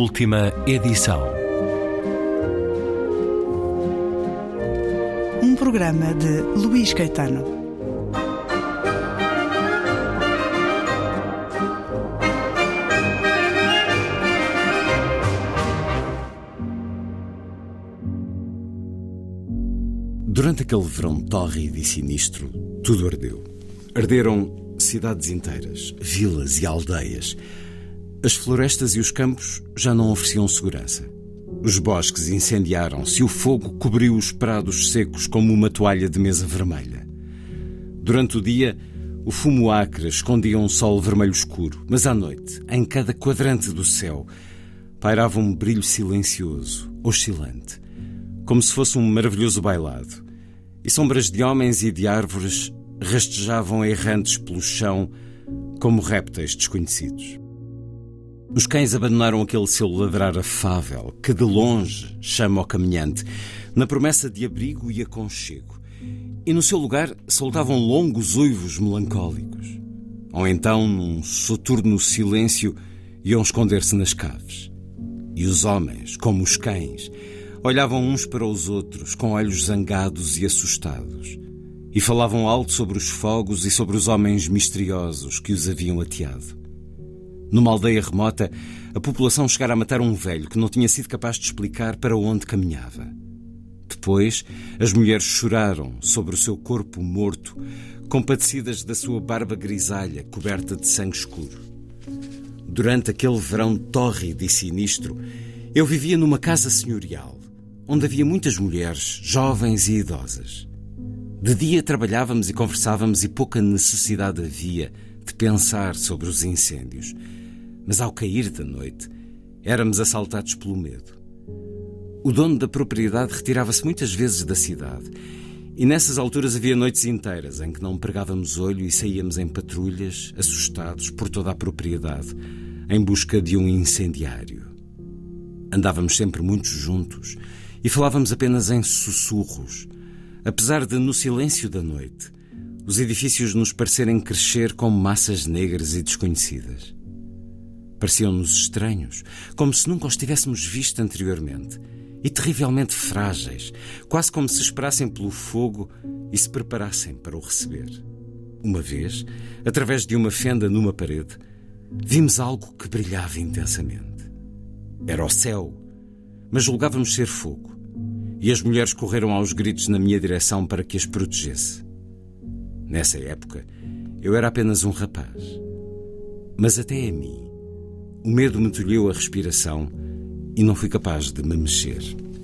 última edição. Um programa de Luís Caetano. Durante aquele verão tórrido e sinistro, tudo ardeu. Arderam cidades inteiras, vilas e aldeias. As florestas e os campos já não ofereciam segurança. Os bosques incendiaram-se e o fogo cobriu os prados secos como uma toalha de mesa vermelha. Durante o dia, o fumo acre escondia um sol vermelho escuro, mas à noite, em cada quadrante do céu, pairava um brilho silencioso, oscilante, como se fosse um maravilhoso bailado, e sombras de homens e de árvores rastejavam errantes pelo chão como répteis desconhecidos. Os cães abandonaram aquele seu ladrar afável que de longe chama ao caminhante, na promessa de abrigo e aconchego, e no seu lugar soltavam longos uivos melancólicos. Ou então, num soturno silêncio, iam esconder-se nas caves. E os homens, como os cães, olhavam uns para os outros com olhos zangados e assustados, e falavam alto sobre os fogos e sobre os homens misteriosos que os haviam ateado. Numa aldeia remota, a população chegara a matar um velho que não tinha sido capaz de explicar para onde caminhava. Depois, as mulheres choraram sobre o seu corpo morto, compadecidas da sua barba grisalha coberta de sangue escuro. Durante aquele verão tórrido e sinistro, eu vivia numa casa senhorial, onde havia muitas mulheres, jovens e idosas. De dia trabalhávamos e conversávamos e pouca necessidade havia de pensar sobre os incêndios. Mas ao cair da noite, éramos assaltados pelo medo. O dono da propriedade retirava-se muitas vezes da cidade, e nessas alturas havia noites inteiras em que não pregávamos olho e saíamos em patrulhas, assustados por toda a propriedade, em busca de um incendiário. Andávamos sempre muito juntos e falávamos apenas em sussurros, apesar de, no silêncio da noite, os edifícios nos parecerem crescer como massas negras e desconhecidas. Pareciam-nos estranhos, como se nunca os tivéssemos visto anteriormente, e terrivelmente frágeis, quase como se esperassem pelo fogo e se preparassem para o receber. Uma vez, através de uma fenda numa parede, vimos algo que brilhava intensamente. Era o céu, mas julgávamos ser fogo, e as mulheres correram aos gritos na minha direção para que as protegesse. Nessa época, eu era apenas um rapaz. Mas até a mim, o medo me tolheu a respiração e não fui capaz de me mexer.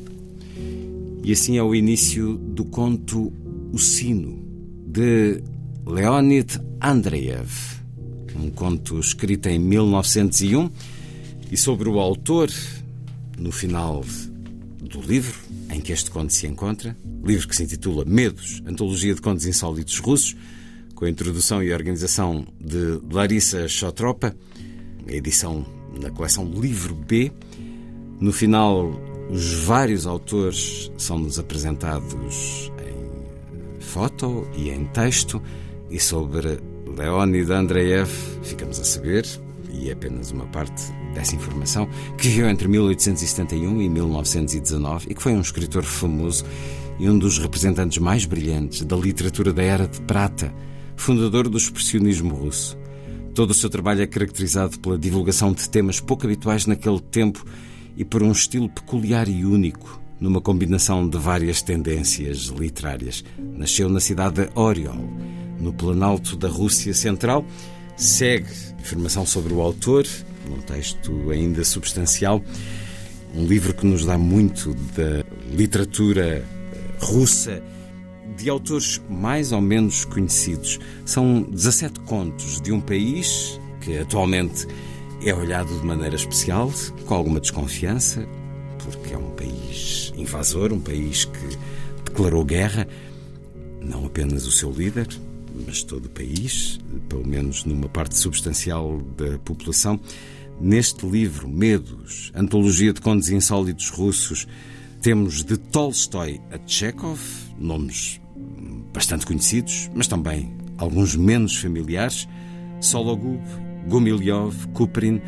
E assim é o início do conto O Sino, de Leonid Andreev. Um conto escrito em 1901 e sobre o autor, no final do livro em que este conto se encontra, livro que se intitula Medos, Antologia de Contos Insólitos Russos, com a introdução e a organização de Larissa Chotropa, a edição na coleção Livro B. No final, os vários autores são-nos apresentados em foto e em texto, e sobre Leonid Andreev ficamos a saber, e é apenas uma parte dessa informação, que viveu entre 1871 e 1919 e que foi um escritor famoso e um dos representantes mais brilhantes da literatura da Era de Prata, fundador do expressionismo russo. Todo o seu trabalho é caracterizado pela divulgação de temas pouco habituais naquele tempo e por um estilo peculiar e único, numa combinação de várias tendências literárias. Nasceu na cidade de Oriol, no Planalto da Rússia Central. Segue informação sobre o autor, num texto ainda substancial, um livro que nos dá muito da literatura russa, de autores mais ou menos conhecidos. São 17 contos de um país que atualmente é olhado de maneira especial, com alguma desconfiança, porque é um país invasor, um país que declarou guerra, não apenas o seu líder, mas todo o país, pelo menos numa parte substancial da população. Neste livro, Medos, Antologia de Contos Insólitos Russos, temos de Tolstói a Chekhov, nomes bastante conhecidos, mas também alguns menos familiares, Sologub, Gumilyov, Kuprin,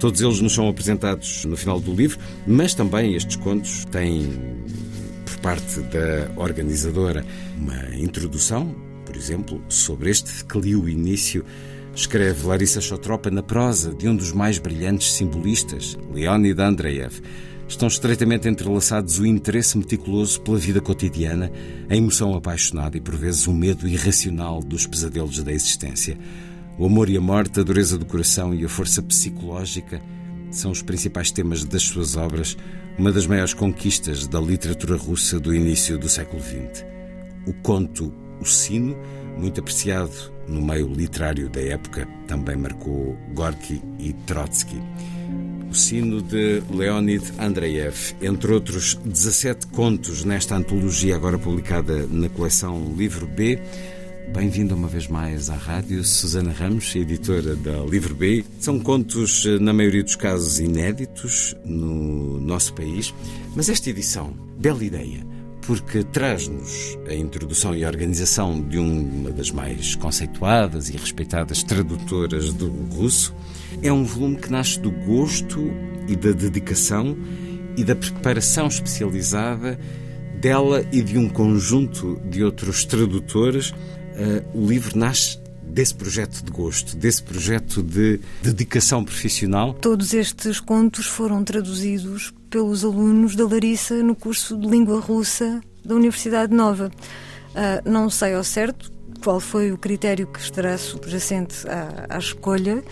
Todos eles nos são apresentados no final do livro, mas também estes contos têm, por parte da organizadora, uma introdução, por exemplo, sobre este que li o início. Escreve Larissa Chotropa na prosa de um dos mais brilhantes simbolistas, Leonid Andreev. Estão estreitamente entrelaçados o interesse meticuloso pela vida cotidiana, a emoção apaixonada e, por vezes, o medo irracional dos pesadelos da existência. O amor e a morte, a dureza do coração e a força psicológica são os principais temas das suas obras, uma das maiores conquistas da literatura russa do início do século XX. O conto O Sino, muito apreciado no meio literário da época, também marcou Gorky e Trotsky. O Sino de Leonid Andreev, entre outros 17 contos nesta antologia agora publicada na coleção Livro B. Bem-vinda uma vez mais à rádio, Susana Ramos, editora da Livro B. São contos, na maioria dos casos, inéditos no nosso país, mas esta edição, bela ideia, porque traz-nos a introdução e a organização de uma das mais conceituadas e respeitadas tradutoras do russo. É um volume que nasce do gosto e da dedicação e da preparação especializada dela e de um conjunto de outros tradutores. O livro nasce desse projeto de gosto, desse projeto de dedicação profissional. Todos estes contos foram traduzidos pelos alunos da Larissa no curso de Língua Russa da Universidade Nova. Não sei ao certo qual foi o critério que estará subjacente à escolha,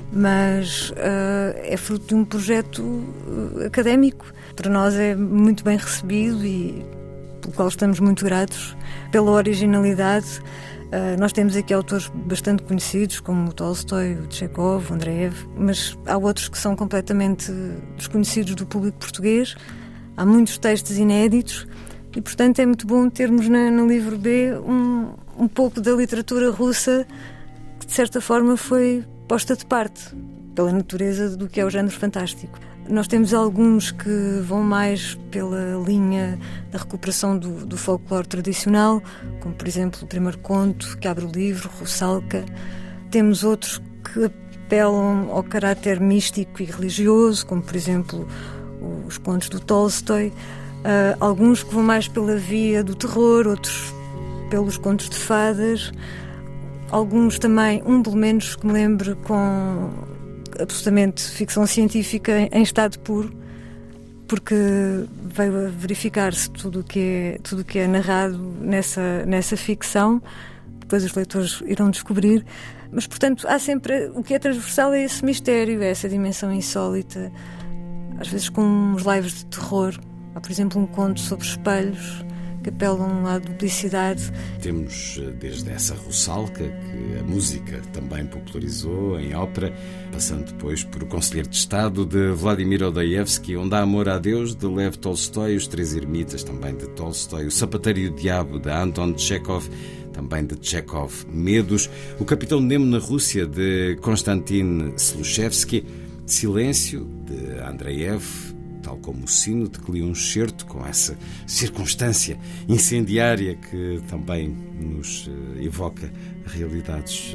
mas é fruto de um projeto académico. Para nós é muito bem recebido e pelo qual estamos muito gratos, pela originalidade. Nós temos aqui autores bastante conhecidos, como o Tolstói, o Chekhov, o Andreev, mas há outros que são completamente desconhecidos do público português. Há muitos textos inéditos e, portanto, é muito bom termos no Livro B um pouco da literatura russa que, de certa forma, foi posta de parte pela natureza do que é o género fantástico. Nós temos alguns que vão mais pela linha da recuperação do folclore tradicional, como, por exemplo, o primeiro conto que abre o livro, Russalka. Temos outros que apelam ao caráter místico e religioso, como, por exemplo, os contos do Tolstói. Alguns que vão mais pela via do terror, outros pelos contos de fadas. Alguns também, pelo menos que me lembro, com absolutamente ficção científica em estado puro, porque veio a verificar-se tudo o que é narrado nessa ficção. Depois os leitores irão descobrir. Mas, portanto, há sempre... O que é transversal é esse mistério, é essa dimensão insólita, às vezes com uns lives de terror. Há, por exemplo, um conto sobre espelhos que apelam à duplicidade. Temos desde essa Russalka, que a música também popularizou em ópera, passando depois por O Conselheiro de Estado, de Vladimir Odoievsky, Onde há amor a Deus, de Lev Tolstói, Os Três Ermitas, também de Tolstói, O Sapateiro e o Diabo, de Anton Chekhov, também de Chekhov, Medos, O Capitão Nemo na Rússia, de Konstantin Slushevsky, Silêncio, de Andreev, tal como O Sino, de que li um excerto com essa circunstância incendiária que também nos evoca realidades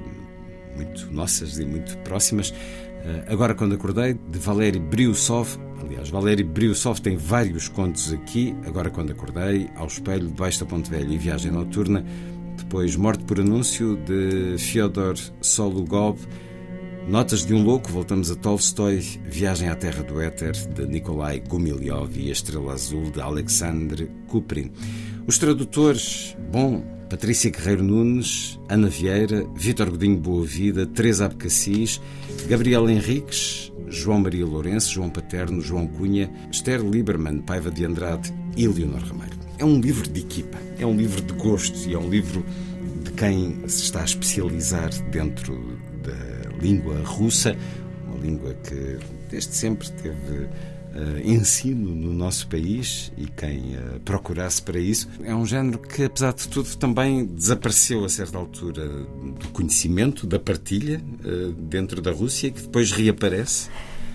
muito nossas e muito próximas. Agora Quando Acordei, de Valery Briussov. Aliás, Valery Briussov tem vários contos aqui. Agora Quando Acordei, Ao Espelho, Debaixo da Ponte Velha e Viagem Noturna. Depois Morte por Anúncio, de Fyodor Solugov. Notas de um Louco, voltamos a Tolstói, Viagem à Terra do Éter, de Nikolai Gumilyov, e A Estrela Azul, de Alexandre Kuprin. Os tradutores, Patrícia Guerreiro Nunes, Ana Vieira, Vítor Godinho Boavida, Teresa Abcacis, Gabriel Henriques, João Maria Lourenço, João Paterno, João Cunha, Esther Lieberman, Paiva de Andrade e Leonor Rameiro. É um livro de equipa, é um livro de gosto e é um livro de quem se está a especializar dentro da língua russa, uma língua que desde sempre teve ensino no nosso país, e quem procurasse para isso. É um género que, apesar de tudo, também desapareceu a certa altura do conhecimento, da partilha dentro da Rússia, que depois reaparece.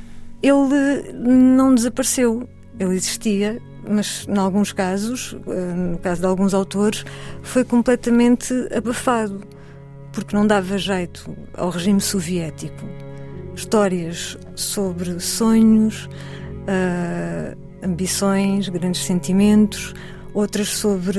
Ele não desapareceu, ele existia, mas em alguns casos, no caso de alguns autores, foi completamente abafado, porque não dava jeito ao regime soviético. histórias sobre sonhos, ambições, grandes sentimentos, outras sobre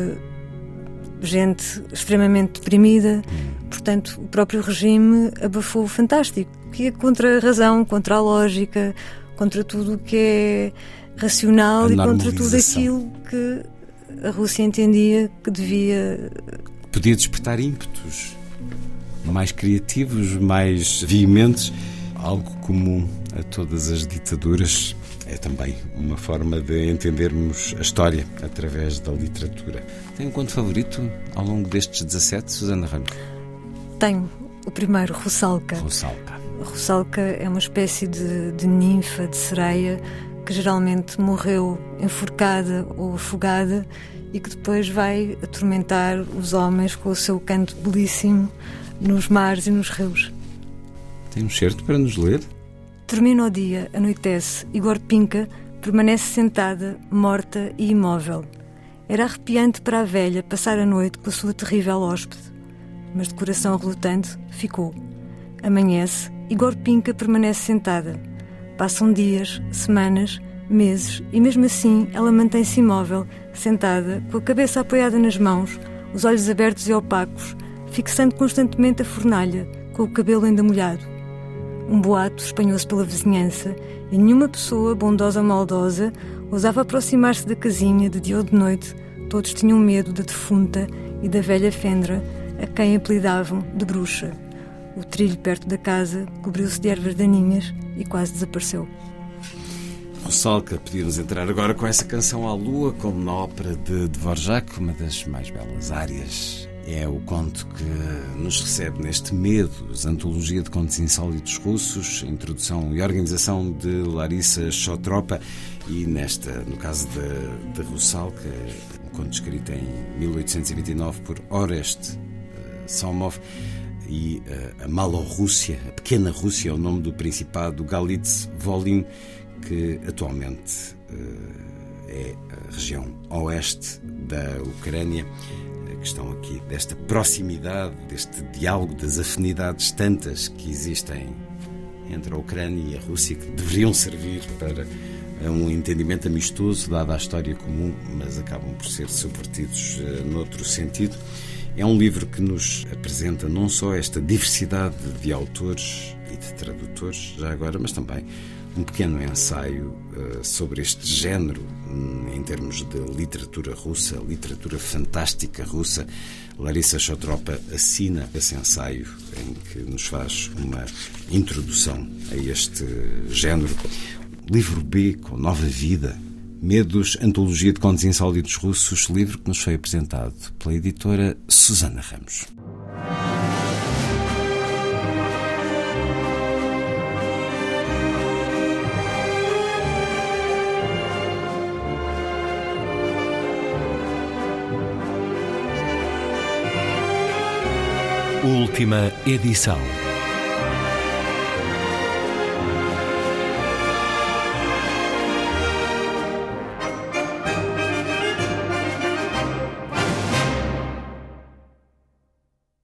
gente extremamente deprimida. Portanto, o próprio regime abafou o fantástico, que é contra a razão, contra a lógica, contra tudo o que é racional e contra tudo aquilo que a Rússia entendia que devia... Podia despertar ímpetos mais criativos, mais veementes, algo comum a todas as ditaduras. É também uma forma de entendermos a história através da literatura. Tem um conto favorito ao longo destes 17, Susana Ramos? Tenho. O primeiro, Russalka. A Russalka é uma espécie de ninfa, de sereia, que geralmente morreu enforcada ou afogada e que depois vai atormentar os homens com o seu canto belíssimo nos mares e nos rios. Tem um certo para nos ler? Termina o dia, anoitece e Gorpinka permanece sentada, morta e imóvel. Era arrepiante para a velha passar a noite com a sua terrível hóspede, mas de coração relutante ficou. Amanhece e Gorpinka permanece sentada. Passam dias, semanas, meses e mesmo assim ela mantém-se imóvel, sentada, com a cabeça apoiada nas mãos, os olhos abertos e opacos, fixando constantemente a fornalha, com o cabelo ainda molhado. Um boato espalhou-se pela vizinhança e nenhuma pessoa, bondosa ou maldosa, ousava aproximar-se da casinha de dia ou de noite. Todos tinham medo da defunta e da velha Fendra, a quem apelidavam de bruxa. O trilho perto da casa cobriu-se de ervas daninhas e quase desapareceu. Russalka, podíamos entrar agora com essa canção à lua, como na ópera de Dvorak, uma das mais belas áreas. É o conto que nos recebe neste Medos, antologia de contos insólitos russos, introdução e organização de Larissa Chotropa, e nesta, no caso da Russalka, um conto escrito em 1829 por Orest Salmov, e a Malorrússia, a Pequena Rússia, é o nome do Principado Galícia-Volyn, que atualmente é a região oeste da Ucrânia. A questão aqui desta proximidade, deste diálogo, das afinidades tantas que existem entre a Ucrânia e a Rússia, que deveriam servir para um entendimento amistoso, dada a história comum, mas acabam por ser subvertidos noutro sentido. É um livro que nos apresenta não só esta diversidade de autores e de tradutores, já agora, mas também um pequeno ensaio sobre este género em termos de literatura russa, literatura fantástica russa. Larissa Chotropa assina esse ensaio em que nos faz uma introdução a este género. Livro B, com nova vida. Medos, antologia de contos insólitos russos, livro que nos foi apresentado pela editora Susana Ramos. Última edição.